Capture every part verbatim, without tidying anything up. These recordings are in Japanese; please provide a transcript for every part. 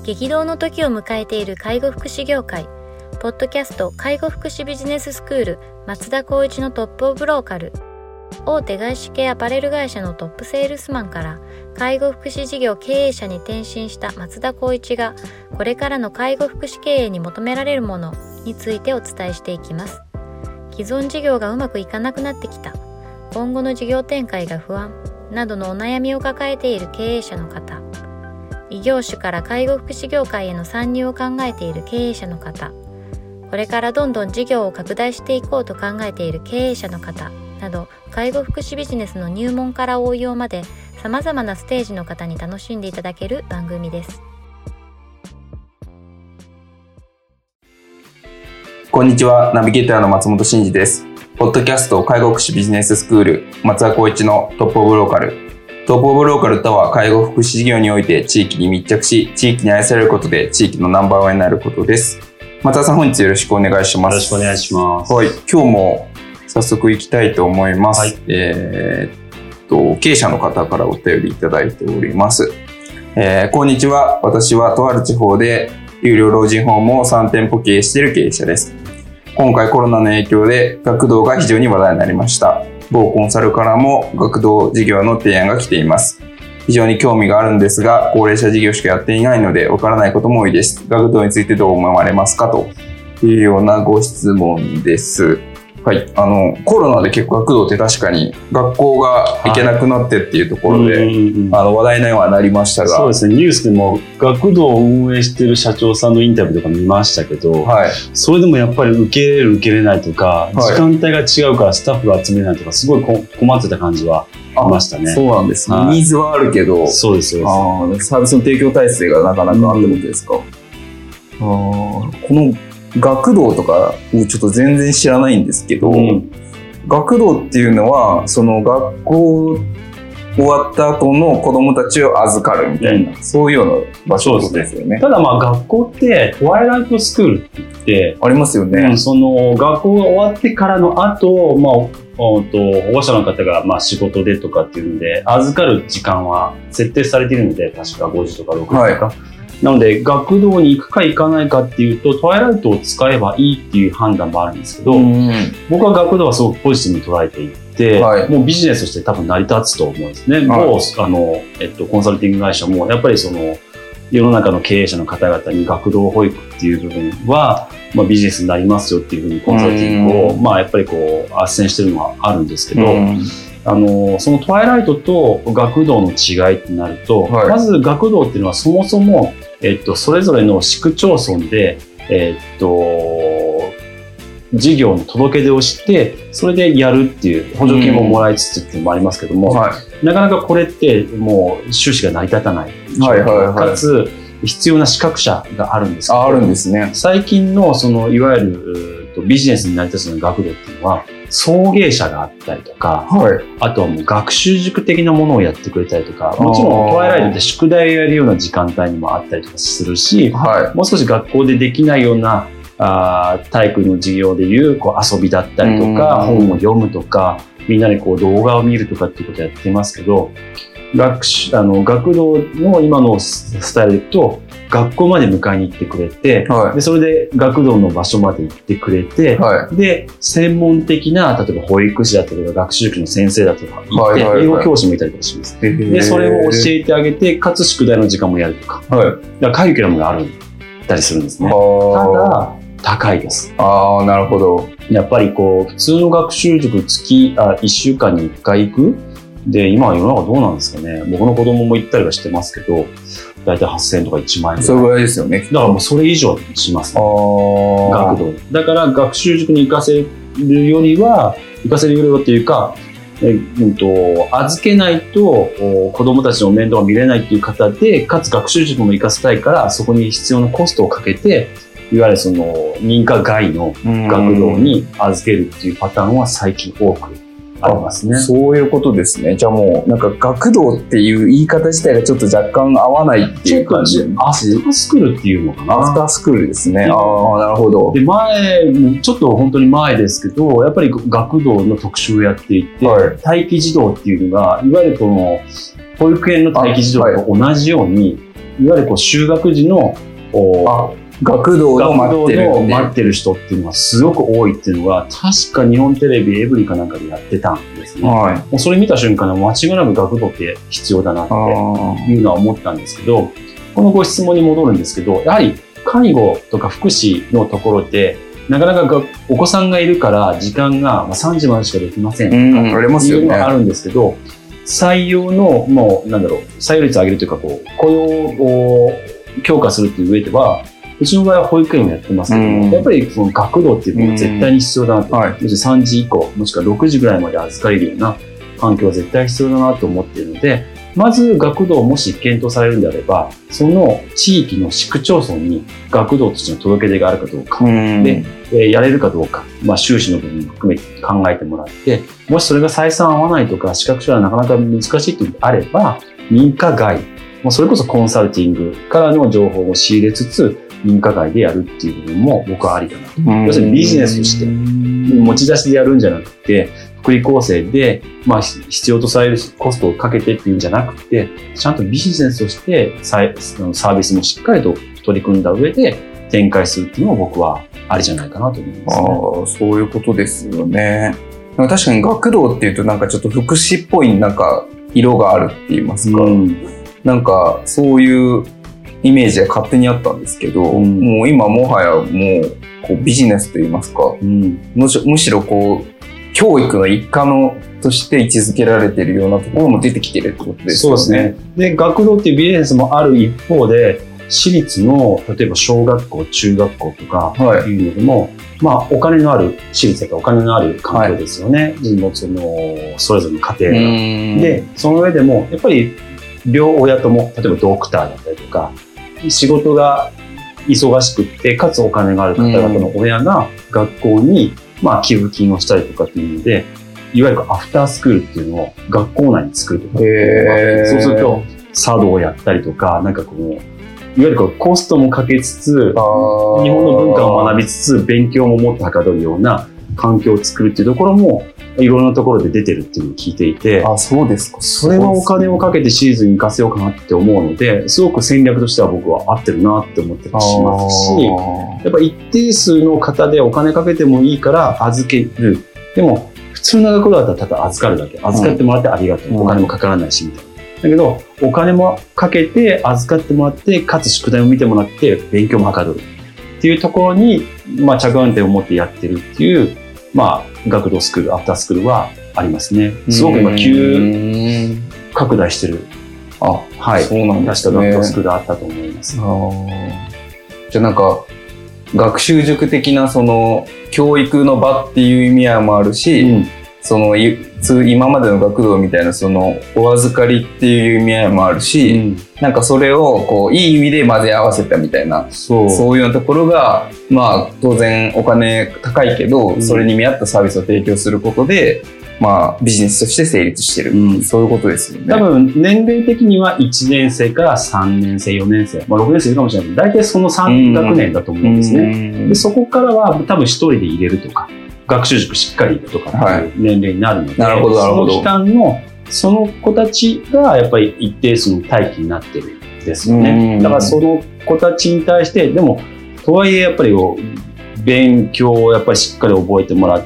激動の時を迎えている介護福祉業界。ポッドキャスト介護福祉ビジネススクール松田光一のトップオブローカル。大手外資系アパレル会社のトップセールスマンから介護福祉事業経営者に転身した松田光一が、これからの介護福祉経営に求められるものについてお伝えしていきます。既存事業がうまくいかなくなってきた、今後の事業展開が不安などのお悩みを抱えている経営者の方、異業種から介護福祉業界への参入を考えている経営者の方、これからどんどん事業を拡大していこうと考えている経営者の方など、介護福祉ビジネスの入門から応用まで様々なステージの方に楽しんでいただける番組です。 こんにちは、ナビゲーターの松本真嗣です。ポッドキャスト介護福祉ビジネススクール松田光一のトップオブローカル。トップオブローカルとは、介護福祉事業において地域に密着し、地域に愛されることで地域のナンバーワンになることです。松田さん、本日よろしくお願いします。 よろしくお願いします。 はい、今日も早速行きたいと思います。はい、えー、っと経営者の方からお便りいただいております。えー、こんにちは。私はとある地方で有料老人ホームをさん店舗経営している経営者です。今回コロナの影響で学童が非常に話題になりました。某コンサルからも学童事業の提案が来ています。非常に興味があるんですが、高齢者事業しかやっていないのでわからないことも多いです。学童についてどう思われますか、というようなご質問です。はい、あのコロナで結構学童って確かに学校が行けなくなってっていうところで、はい、うんうん、あの話題にはなりましたが、 そうですね、ニュースでも学童を運営している社長さんのインタビューとか見ましたけど、はい、それでもやっぱり受け入れる受け入れないとか、はい、時間帯が違うからスタッフが集めないとか、すごい困ってた感じはありましたね。 そうなんですね、はい、ニーズはあるけど、 そうですそうです、 あ、サービスの提供体制がなかなかってことですか。うん、あ、この学童とかをちょっと全然知らないんですけど、うん、学童っていうのはその学校終わった後の子どもたちを預かるみたいな、うん、そういうような場所ですよね。 ただまあ学校ってトワイライトスクールって言ってありますよね、 うん、その学校が終わってからの後、まあ、おと保護者の方がまあ仕事でとかっていうので預かる時間は設定されているので、確かごじとかろくじとか、はい、なので学童に行くか行かないかっていうと、トワイライトを使えばいいっていう判断もあるんですけど、うん、僕は学童はすごくポジティブに捉えていて、はい、もうビジネスとして多分成り立つと思うんですね。はい、もうあの、えっと、コンサルティング会社もやっぱりその世の中の経営者の方々に学童保育っていう部分は、まあ、ビジネスになりますよっていうふうにコンサルティングを、まあ、やっぱりこう斡旋してるのはあるんですけど、うん、あのそのトワイライトと学童の違いってなると、はい、まず学童っていうのはそもそもえっと、それぞれの市区町村で、えっと、事業の届け出をして、それでやるっていう補助金ももらいつつっていうのもありますけども、うん、はい、なかなかこれってもう収支が成り立たない、はいはいはい、かつ必要な資格者があるんですけど、 あ、あるんですね。 最近のそのいわゆるビジネスに成り立つ学童っていうのは送迎車があったりとか、はい、あとはもう学習塾的なものをやってくれたりとか、もちろんトワイライトで宿題をやるような時間帯にもあったりとかするし、はい、もう少し学校でできないようなあ体育の授業でいう、こう遊びだったりとか、本を読むとか、みんなでこう動画を見るとかっていうことをやってますけど、学習あの学童の今のスタイルでいくと、学校まで迎えに行ってくれて、はい、でそれで学童の場所まで行ってくれて、はい、で専門的な例えば保育士だったりとか学習塾の先生だとか行って、はいはいはい、英語教師もいたりとかします。でそれを教えてあげて、かつ宿題の時間もやるとか、はい、だからカリキュラムがあるたりするんですね。ただ高いです。 ああ、なるほど。 やっぱりこう普通の学習塾月あいっしゅうかんにいっかい行くで、今は世の中どうなんですかね。僕の子供も行ったりはしてますけど、だいたいはっせんえんとかいちまんえんぐらい。 それぐらいですよね。 だからもうそれ以上しますね。学童。だから学習塾に行かせるよりは、行かせるよりはっていうか、えうんと、預けないと子供たちの面倒を見れないっていう方で、かつ学習塾も行かせたいから、そこに必要なコストをかけて、いわゆるその認可外の学童に預けるっていうパターンは最近多くありますね。 そういうことですね。じゃあもうなんか学童っていう言い方自体がちょっと若干合わないっていう感じ。 アフタースクールっていうのかな。 アフタースクールですね。ああ、なるほど。 で前ちょっと本当に前ですけど、やっぱり学童の特集をやっていて、はい、待機児童っていうのがいわゆるこの保育園の待機児童と同じように、はい、 いわゆるこう就学時のあ学童の待ってる学童の待ってる人っていうのがすごく多いっていうのが確か日本テレビエブリかなんかでやってたんですね、はい、もうそれ見た瞬間は間違いなく学童って必要だなっていうのは思ったんですけど、このご質問に戻るんですけど、やはり介護とか福祉のところってなかなかお子さんがいるから時間がさんじまでしかできませんとかっていうのがあるんですけど、採用のもうなんだろう採用率を上げるというかこう雇用を強化するっていう上では、うちの場合は保育園をやってますけども、うん、やっぱりその学童っていうのは絶対に必要だなと、うんはい、要するにさんじ以降もしくはろくじぐらいまで預かれるような環境は絶対必要だなと思っているので、まず学童をもし検討されるんであれば、その地域の市区町村に学童としての届け出があるかどうか、うん、で、えー、やれるかどうか、まあ、収支の部分も含めて考えてもらって、もしそれが採算合わないとか資格書はなかなか難しいというのであれば、認可外、もうそれこそコンサルティングからの情報を仕入れつつ認可外でやるっていう部分も僕はありかなと。要するにビジネスとして持ち出しでやるんじゃなくて、福利厚生で、まあ、必要とされるコストをかけてっていうんじゃなくて、ちゃんとビジネスとしてサービスもしっかりと取り組んだ上で展開するっていうのも僕はありじゃないかなと思いますね。 ああ、そういうことですよね。確かに学童っていうとなんかちょっと福祉っぽいなんか色があるって言いますか、うん、なんかそういうイメージが勝手にあったんですけど、うん、もう今もはやもうこうビジネスと言いますか、うん、むし、むしろこう教育の一環のとして位置づけられているようなところも出てきているってことですよね。 そうですね。で、学童っていうビジネスもある一方で、私立の例えば小学校、中学校とかいうのでも、はい、まあお金のある私立だとお金のある環境ですよね。はい、そのそれぞれの家庭が。で、その上でもやっぱり両親とも例えばドクターだったりとか、仕事が忙しくってかつお金がある方々の親が学校にまあ寄付金をしたりとかっていうので、いわゆるアフタースクールっていうのを学校内に作るとか、そうすると茶道をやったりとか、なんかこういわゆるこうコストもかけつつ、日本の文化を学びつつ勉強ももっとはかどるような環境を作るっていうところもいろんなところで出てるっていうのを聞いていて、 あ、そうですか。 それはお金をかけてシーズンに行かせようかなって思うので、すごく戦略としては僕は合ってるなって思ってしますし、やっぱ一定数の方でお金かけてもいいから預ける。でも普通の学童だったらただ預かるだけ。預かってもらってありがとう。うん、お金もかからないしみたいな。だけどお金もかけて預かってもらって、かつ宿題を見てもらって勉強もはかどるっていうところに、まあ、着眼点を持ってやってるっていう、まあ、学童スクール、アフタースクールはありますね。すごく今急拡大してる。 あ、はい。そうなんですね。 学童スクールあったと思います。 あ、じゃあなんか学習塾的なその教育の場っていう意味合いもあるし、うん、その今までの学童みたいなそのお預かりっていう意味合いもあるし、うん、なんかそれをこういい意味で混ぜ合わせたみたいな、そう、そういうようなところが、まあ当然お金高いけど、うん、それに見合ったサービスを提供することで、まあビジネスとして成立してる、うん、そういうことですよね。 多分年齢的にはいちねん生からさんねん生、よねん生、まあろくねん生いるかもしれないけど、大体そのさん学年だと思うんですね。うん、でそこからは多分一人で入れるとか、学習塾しっかり行くとかっていう年齢になるので、はい、なるほどなるほど。その期間のその子たちがやっぱり一定数の待機になってるんですよね。だからその子たちに対して、でもとはいえやっぱり勉強をやっぱりしっかり覚えてもらって、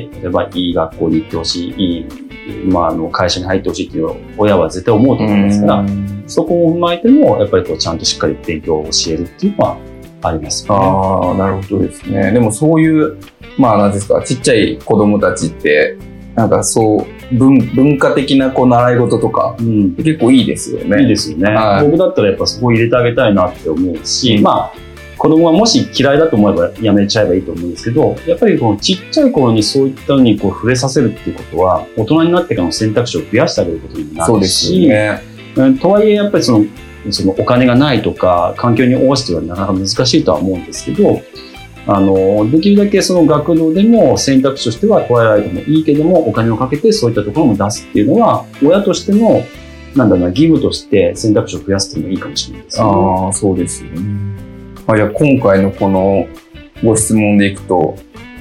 例えばいい学校に行ってほしい、いい、まあ、あの会社に入ってほしいっていうのを親は絶対思うと思うんですから、そこを踏まえてもやっぱりこうちゃんとしっかり勉強を教えるっていうのはありますよね。 ああ、なるほどですね。でもそういうまあ何ですか、ちっちゃい子供たちってなんかそう文文化的なこう習い事とか、うん、結構いいですよね。 いいですよね。はい、僕だったらやっぱそこを入れてあげたいなって思うし、うん、まあ子供がもし嫌いだと思えばやめちゃえばいいと思うんですけど、やっぱりこのちっちゃい頃にそういったのにこう触れさせるっていうことは、大人になってからの選択肢を増やしてあげることになるし、そうですよね。とはいえやっぱりそのそのお金がないとか環境に応じてはなかなか難しいとは思うんですけど、あのできるだけその学童でも選択肢としてはトワイライトもいいけどもお金をかけてそういったところも出すっていうのは親としてのなんだろうな、義務として選択肢を増やすっていうのもいいかもしれないですね。 ああ、そうですよね。あ、じゃあ今回のこのご質問でいくと、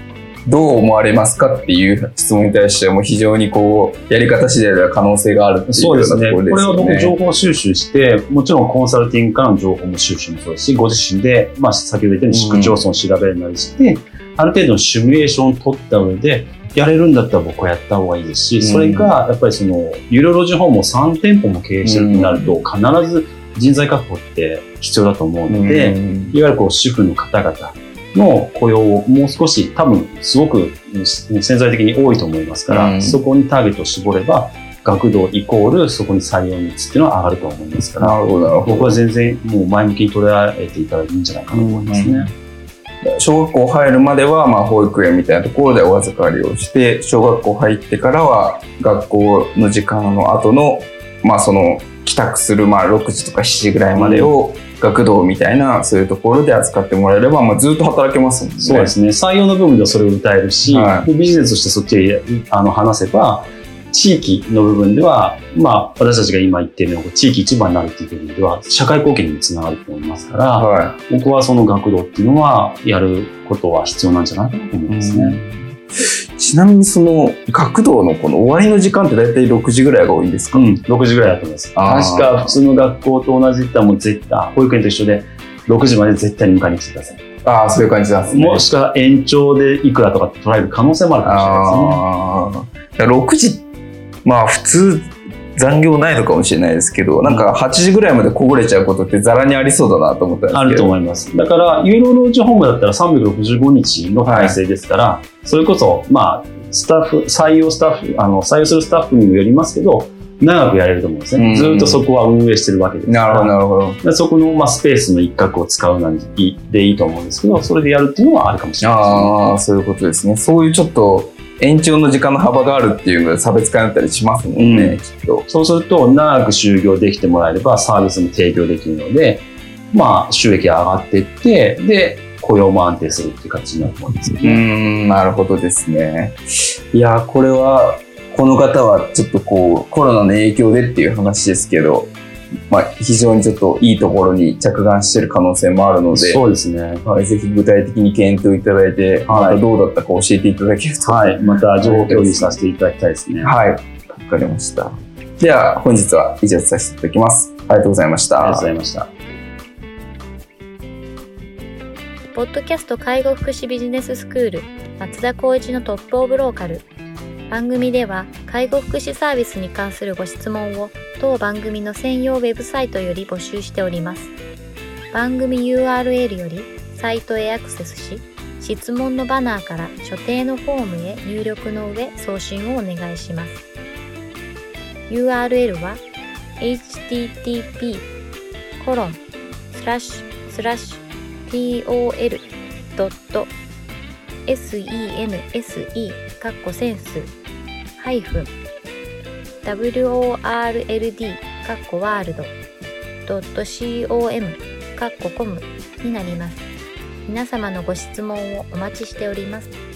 どう思われますかっていう質問に対してはもう非常にこうやり方次第では可能性があるっていうようなところですよね。 これは僕情報収集して、もちろんコンサルティングからの情報も収集もそうですし、ご自身で、まあ、先ほど言ったように市区町村を調べるなりして、うん、ある程度のシミュレーションを取った上で、やれるんだったら僕はやった方がいいですし、それがやっぱりそのユーロ老人ホームをさん店舗も経営してるとなると、必ず人材確保って必要だと思うので、うん、いわゆるこう主婦の方々の雇用をもう少し多分すごく潜在的に多いと思いますから、うん、そこにターゲットを絞れば学童イコールそこに採用率っていうのは上がると思いますから、なるほどなるほど、僕は全然もう前向きに捉えていただいていいんじゃないかなと思いますね。 うん、小学校入るまではまあ保育園みたいなところでお預かりをして、小学校入ってからは学校の時間の後のまあその帰宅するまあろくじとかしちじぐらいまでを学童みたいなそういうところで扱ってもらえれば、まあ、ずっと働けますもんね。 そうですね。採用の部分ではそれを歌えるし、はい、ビジネスとしてそっちへあの話せば、地域の部分では、まあ、私たちが今言っているのは地域一番になるっていう部分では社会貢献にもつながると思いますから、はい、僕はその学童っていうのはやることは必要なんじゃないかなと思いますね。 ちなみにその学童のこの終わりの時間って大体ろくじぐらいが多いんですか？ うん、ろくじぐらいだと思います。確か普通の学校と同じって言ったらもう絶対、保育園と一緒でろくじまで絶対に迎えに来てください。 ああ、そういう感じなんですね。 もしくは延長でいくらとかって捉える可能性もあるかもしれないですね。 あろくじ、まあ普通残業ないのかもしれないですけど、なんかはちじぐらいまでこぼれちゃうことってざらにありそうだなと思ったんですけど。 あると思います。だから有料老人ホームだったらさんびゃくろくじゅうごにちの体制ですから、はい、それこそまあスタッフ採用スタッフあの採用するスタッフにもよりますけど、長くやれると思うんですね。ずっとそこは運営してるわけですから。なるほどなるほど。そこのまあスペースの一角を使うのでいいと思うんですけど、それでやるっていうのはあるかもしれないですね。 ああ、そういうことですね。そういうちょっと延長の時間の幅があるっていうので差別化になったりしますもんね、うん、きっと。 そうすると長く就業できてもらえればサービスも提供できるので、まあ収益が上がっていって、で雇用も安定するっていう形になると思うんですよね。 うーん、なるほどですね。いや、これはこの方はちょっとこうコロナの影響でっていう話ですけど、まあ、非常にちょっといいところに着眼している可能性もあるので、 そうですね、 はい、ぜひ具体的に検討いただいて、はい、またどうだったか教えていただけると、 はい、また情報共有させていただきたいですね。 はい、わかりました。では本日は以上とさせていただきます。ありがとうございました。 ありがとうございました。 ポッドキャスト介護福祉ビジネススクール松田光一のトップオブローカル。番組では介護福祉サービスに関するご質問を当番組の専用ウェブサイトより募集しております。番組 ユーアールエル よりサイトへアクセスし、質問のバナーから所定のフォームへ入力の上送信をお願いします。ユーアールエル は エイチティーティーピーコロンスラッシュスラッシュ tol ドット sense かっこセンスハイフン world かっこワールドドット com かっこコムになります。皆様のご質問をお待ちしております。